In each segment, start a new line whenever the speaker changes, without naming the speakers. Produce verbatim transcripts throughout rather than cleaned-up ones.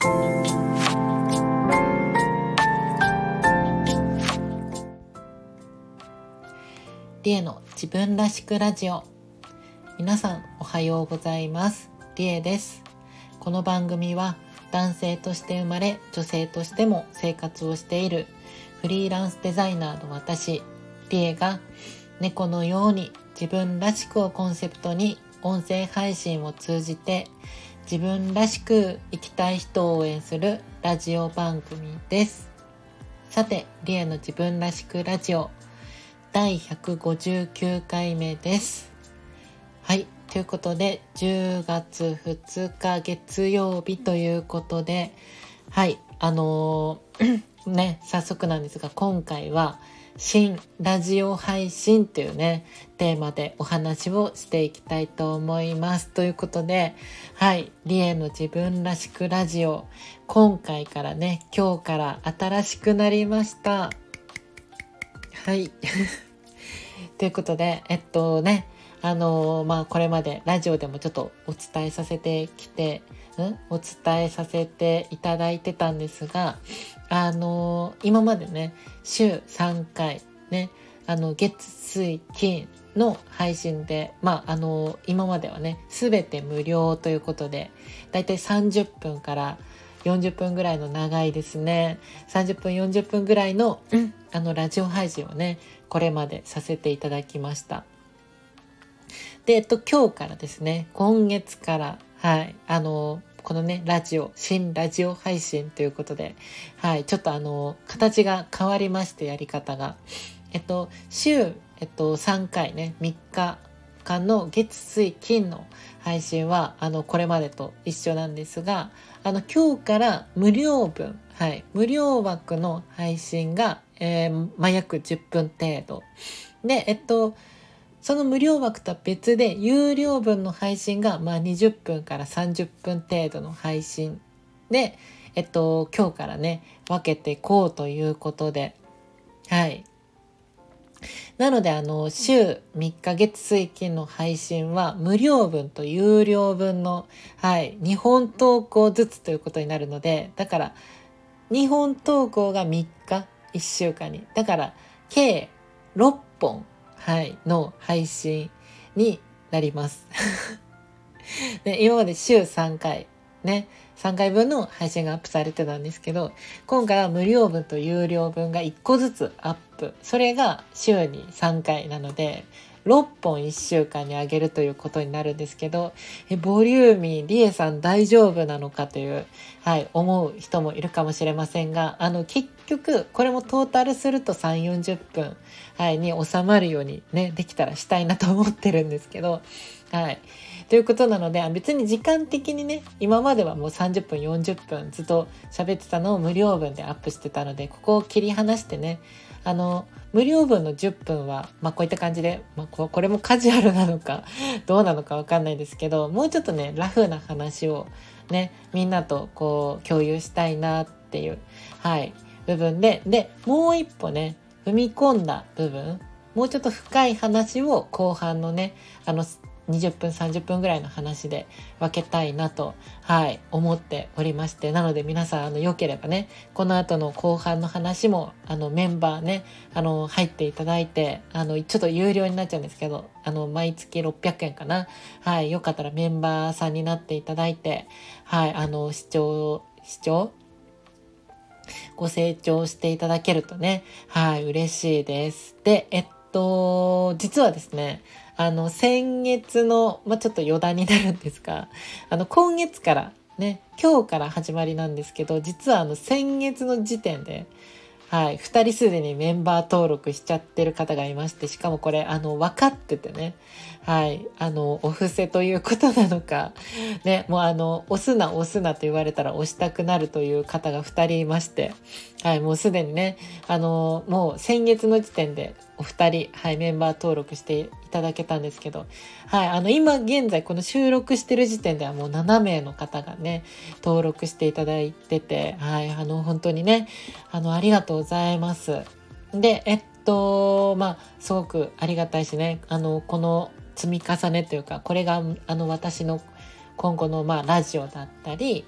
リエの自分らしくラジオ。皆さんおはようございます。リエです。この番組は男性として生まれ、女性としても生活をしているフリーランスデザイナーの私、リエが猫のように自分らしくをコンセプトに音声配信を通じて自分らしく生きたい人を応援するラジオ番組です。さて、リエの自分らしくラジオだいひゃくごじゅうきゅうかいめです。はい、ということでじゅうがつふつか月曜日ということで、はいあのー、ね早速なんですが、今回は新ラジオ配信というねテーマでお話をしていきたいと思います。ということで、はいリエの自分らしくラジオ、今回からね今日から新しくなりました。はいということでえっとねあのー、まあこれまでラジオでもちょっとお伝えさせてきてんお伝えさせていただいてたんですが、あのー、今までね週さんかいねあの月水金の配信で、まああのー、今まではねすべて無料ということで、だいたいさんじゅっぷんからよんじゅっぷんぐらいの長いですねさんじゅっぷんよんじゅっぷんぐらいの、うん、あのラジオ配信をねこれまでさせていただきました。で、えっと、今日からですね今月からはいあのこのねラジオ新ラジオ配信ということで、はいちょっとあの形が変わりまして、やり方がえっと週えっとさんかいねみっかかんの月水金の配信はあのこれまでと一緒なんですが、あの今日から無料分、はい無料枠の配信が、えーまあ、約じゅっぷん程度で、えっとその無料枠とは別で有料分の配信が、まあ、にじゅっぷんからさんじゅっぷん程度の配信で、えっと今日からね分けていこうということで、はいなのであの週みっか月水金の配信は無料分と有料分の、はい、にほん投稿ずつということになるので、だからにほん投稿がみっかいっしゅうかんに、だから計ろっぽん、はい、の配信になりますで今まで週さんかいねさんかいぶんの配信がアップされてたんですけど、今回は無料分と有料分がいっこずつアップ、それが週にさんかいなのでろっぽんいっしゅうかんに上げるということになるんですけど、えボリューミーリエさん大丈夫なのかという、はい、思う人もいるかもしれませんが、あの結局これもトータルするとさんじゅうよんじゅっぷん、はい、に収まるようにねできたらしたいなと思ってるんですけど、はいということなので、別に時間的にね今まではもうさんじゅっぷんよんじゅっぷんずっと喋ってたのを無料分でアップしてたので、ここを切り離してねあの無料分のじゅっぷんは、まあ、こういった感じで、まあ、こ, これもカジュアルなのかどうなのか分かんないですけど、もうちょっとねラフな話をねみんなとこう共有したいなっていう、はい、部分ででもう一歩ね踏み込んだ部分、もうちょっと深い話を後半のねあのにじゅっぷんさんじゅっぷんぐらいの話で分けたいなと、はい、思っておりまして、なので皆さんあのよければねこの後の後半の話もあのメンバーねあの入っていただいて、あのちょっと有料になっちゃうんですけど、あの毎月ろっぴゃくえんかな、はい、よかったらメンバーさんになっていただいて、はい、あの視聴視聴ご成長していただけるとね、はい嬉しいです。でえっと実はですねあの先月の、まあ、ちょっと余談になるんですが、あの今月からね今日から始まりなんですけど、実はあの先月の時点で、はい、ふたりすでにメンバー登録しちゃってる方がいまして、しかもこれあの分かっててね、はい、あのお布施ということなのかね、もうあの押すな押すなと言われたら押したくなるという方がふたりいまして、はい、もうすでにねあのもう先月の時点でお二人、はい、メンバー登録していただけたんですけど、はい、あの今現在この収録してる時点ではもうななめいの方がね登録していただいてて、はい、あの本当にねあのありがとうございます。でえっとまあすごくありがたいしね、あのこの積み重ねというか、これがあの私の今後のまあラジオだったり、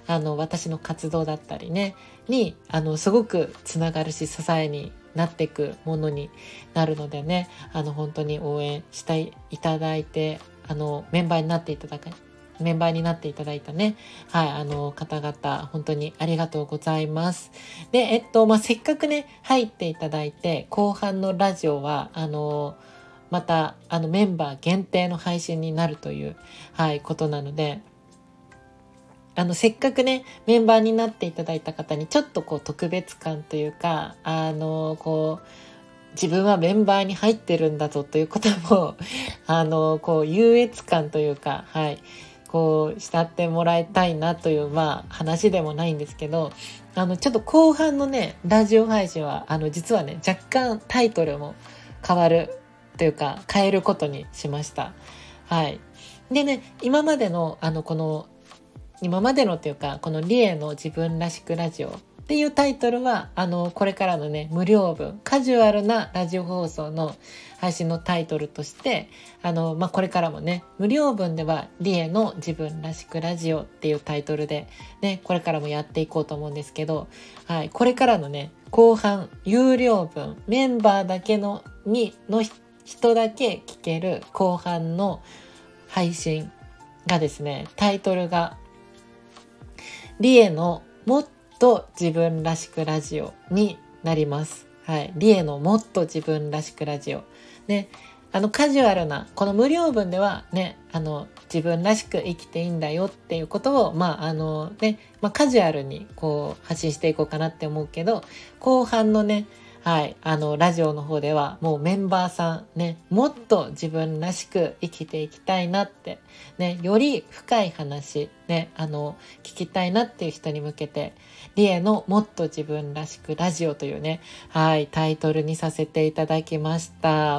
あの私の活動だったりねにあのすごくつながるし支えになっていくものになるのでね、あの本当に応援していただいて、あのメンバーになっていただくメンバーになっていただいたね、はい、あの方々本当にありがとうございます。で、えっと、まあ、せっかくね入っていただいて、後半のラジオはあのまたあのメンバー限定の配信になるという、はい、ことなので、あのせっかくねメンバーになっていただいた方にちょっとこう特別感というか、あのこう自分はメンバーに入ってるんだぞということもあのこう優越感というか、はい、こう慕ってもらいたいなという、まあ話でもないんですけど、あのちょっと後半のねラジオ配信はあの実はね若干タイトルも変わるというか変えることにしました。はい。でね、今までのあのこの今までのというかこのリエの自分らしくラジオっていうタイトルはあのこれからのね無料分カジュアルなラジオ放送の配信のタイトルとしてあの、まあ、これからもね無料分ではリエの自分らしくラジオっていうタイトルでねこれからもやっていこうと思うんですけど、はい、これからのね後半有料分メンバーだけのにの人だけ聞ける後半の配信がですね、タイトルがリエのもっと自分らしくラジオになります。はい。リエのもっと自分らしくラジオ。ね。あのカジュアルな、この無料分ではね、あの自分らしく生きていいんだよっていうことを、まああのね、まあカジュアルにこう発信していこうかなって思うけど、後半のね、はい、あのラジオの方ではもうメンバーさんね、もっと自分らしく生きていきたいなってね、より深い話ね、あの聞きたいなっていう人に向けてリエのもっと自分らしくラジオというね、はい、タイトルにさせていただきました。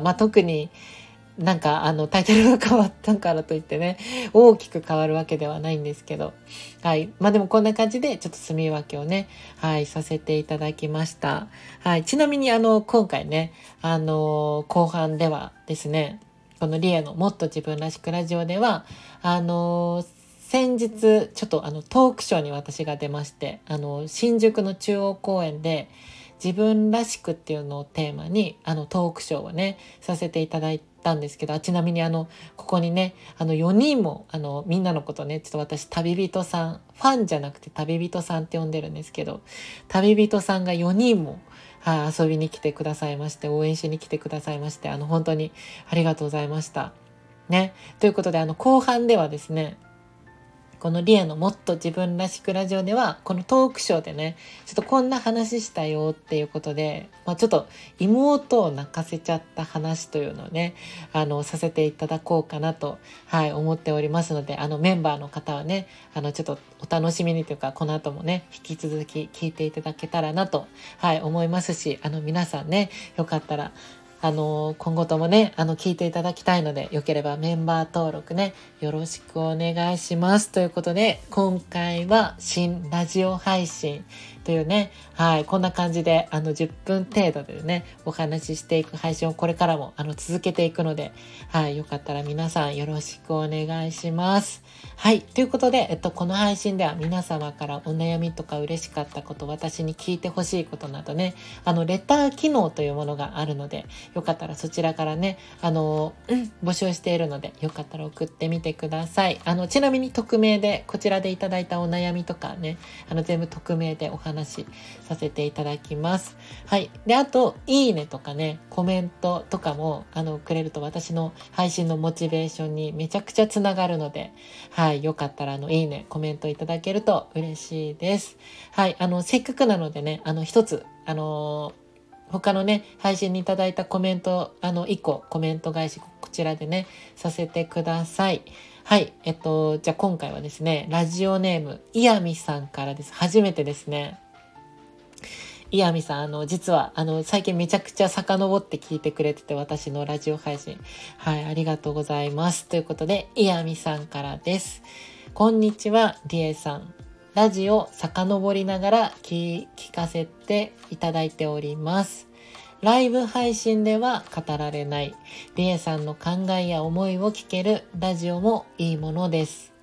まあ特になんかあのタイトルが変わったからといってね大きく変わるわけではないんですけど、はい、まあでもこんな感じでちょっと住み分けをね、はいさせていただきました。はい、ちなみにあの今回ねあの後半ではですね、このリエのもっと自分らしくラジオではあの先日ちょっとあのトークショーに私が出まして、あの新宿の中央公園で自分らしくっていうのをテーマにあのトークショーをねさせていただいたんですけど、ちなみにあのここにねあのよにんもあのみんなのことね、ちょっと私旅人さんファンじゃなくて旅人さんって呼んでるんですけど、旅人さんがよにんも、はあ、遊びに来てくださいまして、応援しに来てくださいまして、あの本当にありがとうございましたね。ということであの後半ではですね、このリエのもっと自分らしくラジオではこのトークショーでねちょっとこんな話したよっていうことで、まあ、ちょっと妹を泣かせちゃった話というのをねあのさせていただこうかなと、はい、思っておりますので、あのメンバーの方はねあのちょっとお楽しみにというかこの後もね引き続き聞いていただけたらなと、はい、思いますし、あの皆さんねよかったらあの今後ともねあの聞いていただきたいので、よければメンバー登録ねよろしくお願いしますということで、今回は新ラジオ配信というね、はい、こんな感じであのじゅっぷん程度でねお話ししていく配信をこれからもあの続けていくので、はい、よかったら皆さんよろしくお願いします。はい、ということで、えっと、この配信では皆様からお悩みとか嬉しかったこと、私に聞いてほしいことなどね、あのレター機能というものがあるので、よかったらそちらからねあの、うん、募集しているのでよかったら送ってみてください。あのちなみに匿名でこちらでいただいたお悩みとかねあの全部匿名でお話しさせていただきます。はい。であといいねとかねコメントとかもあのくれると私の配信のモチベーションにめちゃくちゃつながるので、はい、よかったらあのいいねコメントいただけると嬉しいです。はい、あのせっかくなのでねあの一つあのー他のね配信にいただいたコメントあのいっこコメント返しこちらでねさせてください。はい、えっとじゃあ今回はですねラジオネームいやみさんからです。初めてですね。いやみさん、あの実はあの最近めちゃくちゃ遡って聞いてくれてて、私のラジオ配信、はい、ありがとうございますということで、いやみさんからです。こんにちは、りえさん。ラジオ遡りながら 聞, 聞かせていただいております。ライブ配信では語られないりえさんの考えや思いを聞けるラジオもいいものです。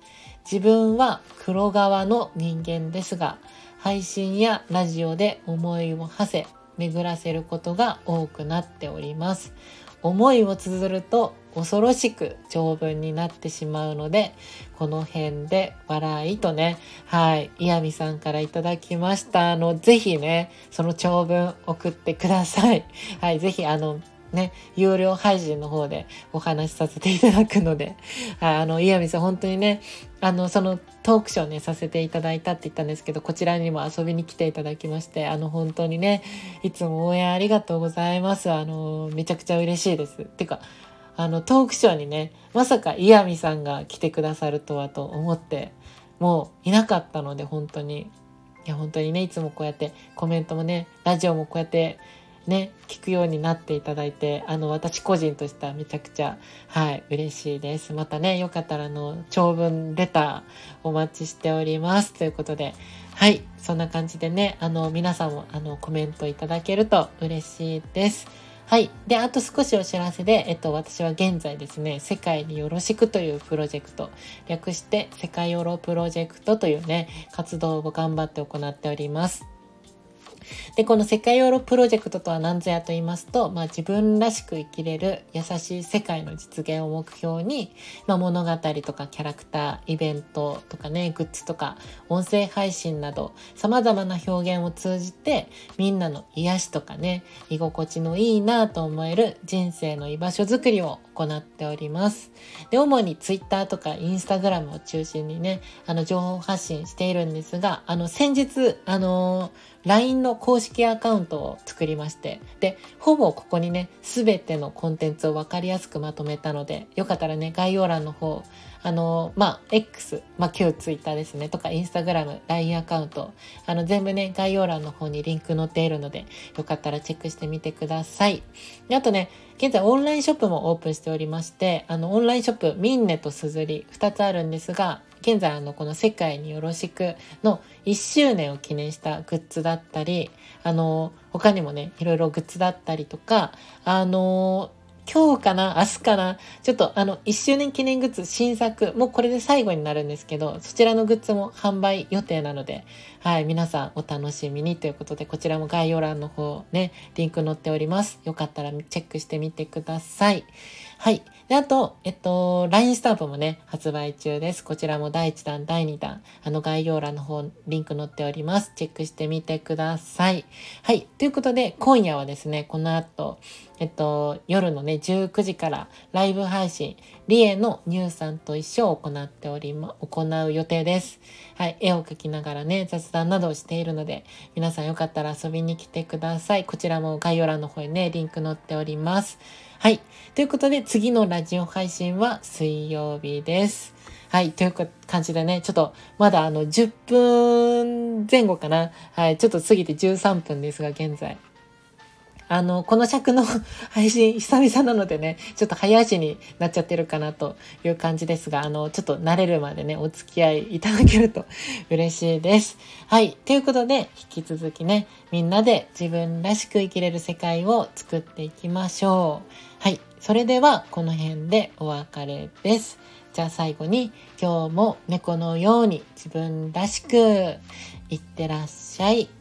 自分は黒側の人間ですが、配信やラジオで思いを馳せ、巡らせることが多くなっております。思いを綴ると恐ろしく長文になってしまうので、この辺で笑いとね、はい、いやみさんからいただきました。あの、ぜひね、その長文送ってください。はい、ぜひあの、ね、有料配信の方でお話しさせていただくので、はい、あの、いやみさん本当にね、あの、そのトークショーね、させていただいたって言ったんですけど、こちらにも遊びに来ていただきまして、あの、本当にね、いつも応援ありがとうございます。あの、めちゃくちゃ嬉しいです。てか、あの、トークショーにね、まさかいやみさんが来てくださるとはと思って、もういなかったので、本当に。いや、本当にね、いつもこうやってコメントもね、ラジオもこうやってね、聞くようになっていただいて、あの、私個人としてはめちゃくちゃ、はい、嬉しいです。またね、よかったらあの、長文レターお待ちしております。ということで、はい、そんな感じでね、あの、皆さんもあの、コメントいただけると嬉しいです。はい。で、あと少しお知らせで、えっと、私は現在ですね、世界によろしくというプロジェクト、略して世界ヨロプロジェクトというね、活動を頑張って行っております。で、この世界ヨロプロジェクトとは何ぞやと言いますと、まあ自分らしく生きれる優しい世界の実現を目標に、まあ物語とかキャラクター、イベントとかね、グッズとか音声配信など様々な表現を通じてみんなの癒しとかね、居心地のいいなと思える人生の居場所づくりを行っております。で、主にツイッターとかインスタグラムを中心にね、あの情報発信しているんですが、あの先日、あのーライン の公式アカウントを作りまして、で、ほぼここにね、すべてのコンテンツをわかりやすくまとめたので、よかったらね、概要欄の方、あの、まあ、X、まあ、旧 Twitter ですね、とか Instagram、ライン アカウント、あの、全部ね、概要欄の方にリンク載っているので、よかったらチェックしてみてください。で、あとね、現在オンラインショップもオープンしておりまして、あの、オンラインショップ、ミンネとスズリ、ふたつあるんですが、現在あのこの世界によろしくのいっしゅうねんを記念したグッズだったり、あの他にもねいろいろグッズだったりとか、あの今日かな明日かなちょっとあのいっしゅうねん記念グッズ新作、もうこれで最後になるんですけど、そちらのグッズも販売予定なので、はい、皆さんお楽しみにということで、こちらも概要欄の方ねリンク載っております。よかったらチェックしてみてください。はい。で、あと、えっと、ライン スタンプもね、発売中です。こちらもだいいちだん、だいにだん、あの概要欄の方、リンク載っております。チェックしてみてください。はい。ということで、今夜はですね、この後、えっと、夜のね、じゅうくじからライブ配信、リエのニューさんと一緒を行っておりま、行う予定です。はい。絵を描きながらね、雑談などをしているので、皆さんよかったら遊びに来てください。こちらも概要欄の方にね、リンク載っております。はい。ということで、次のラジオ配信は水曜日です。はい。という感じでね、ちょっと、まだあの、じゅっぷんぜん後かな。はい。ちょっと過ぎてじゅうさんぷんですが、現在。あの、この尺の配信久々なのでね、ちょっと早足になっちゃってるかなという感じですが、あの、ちょっと慣れるまでね、お付き合いいただけると嬉しいです。はい。ということで、引き続きね、みんなで自分らしく生きれる世界を作っていきましょう。はい。それでは、この辺でお別れです。じゃあ最後に、今日も猫のように自分らしくいってらっしゃい。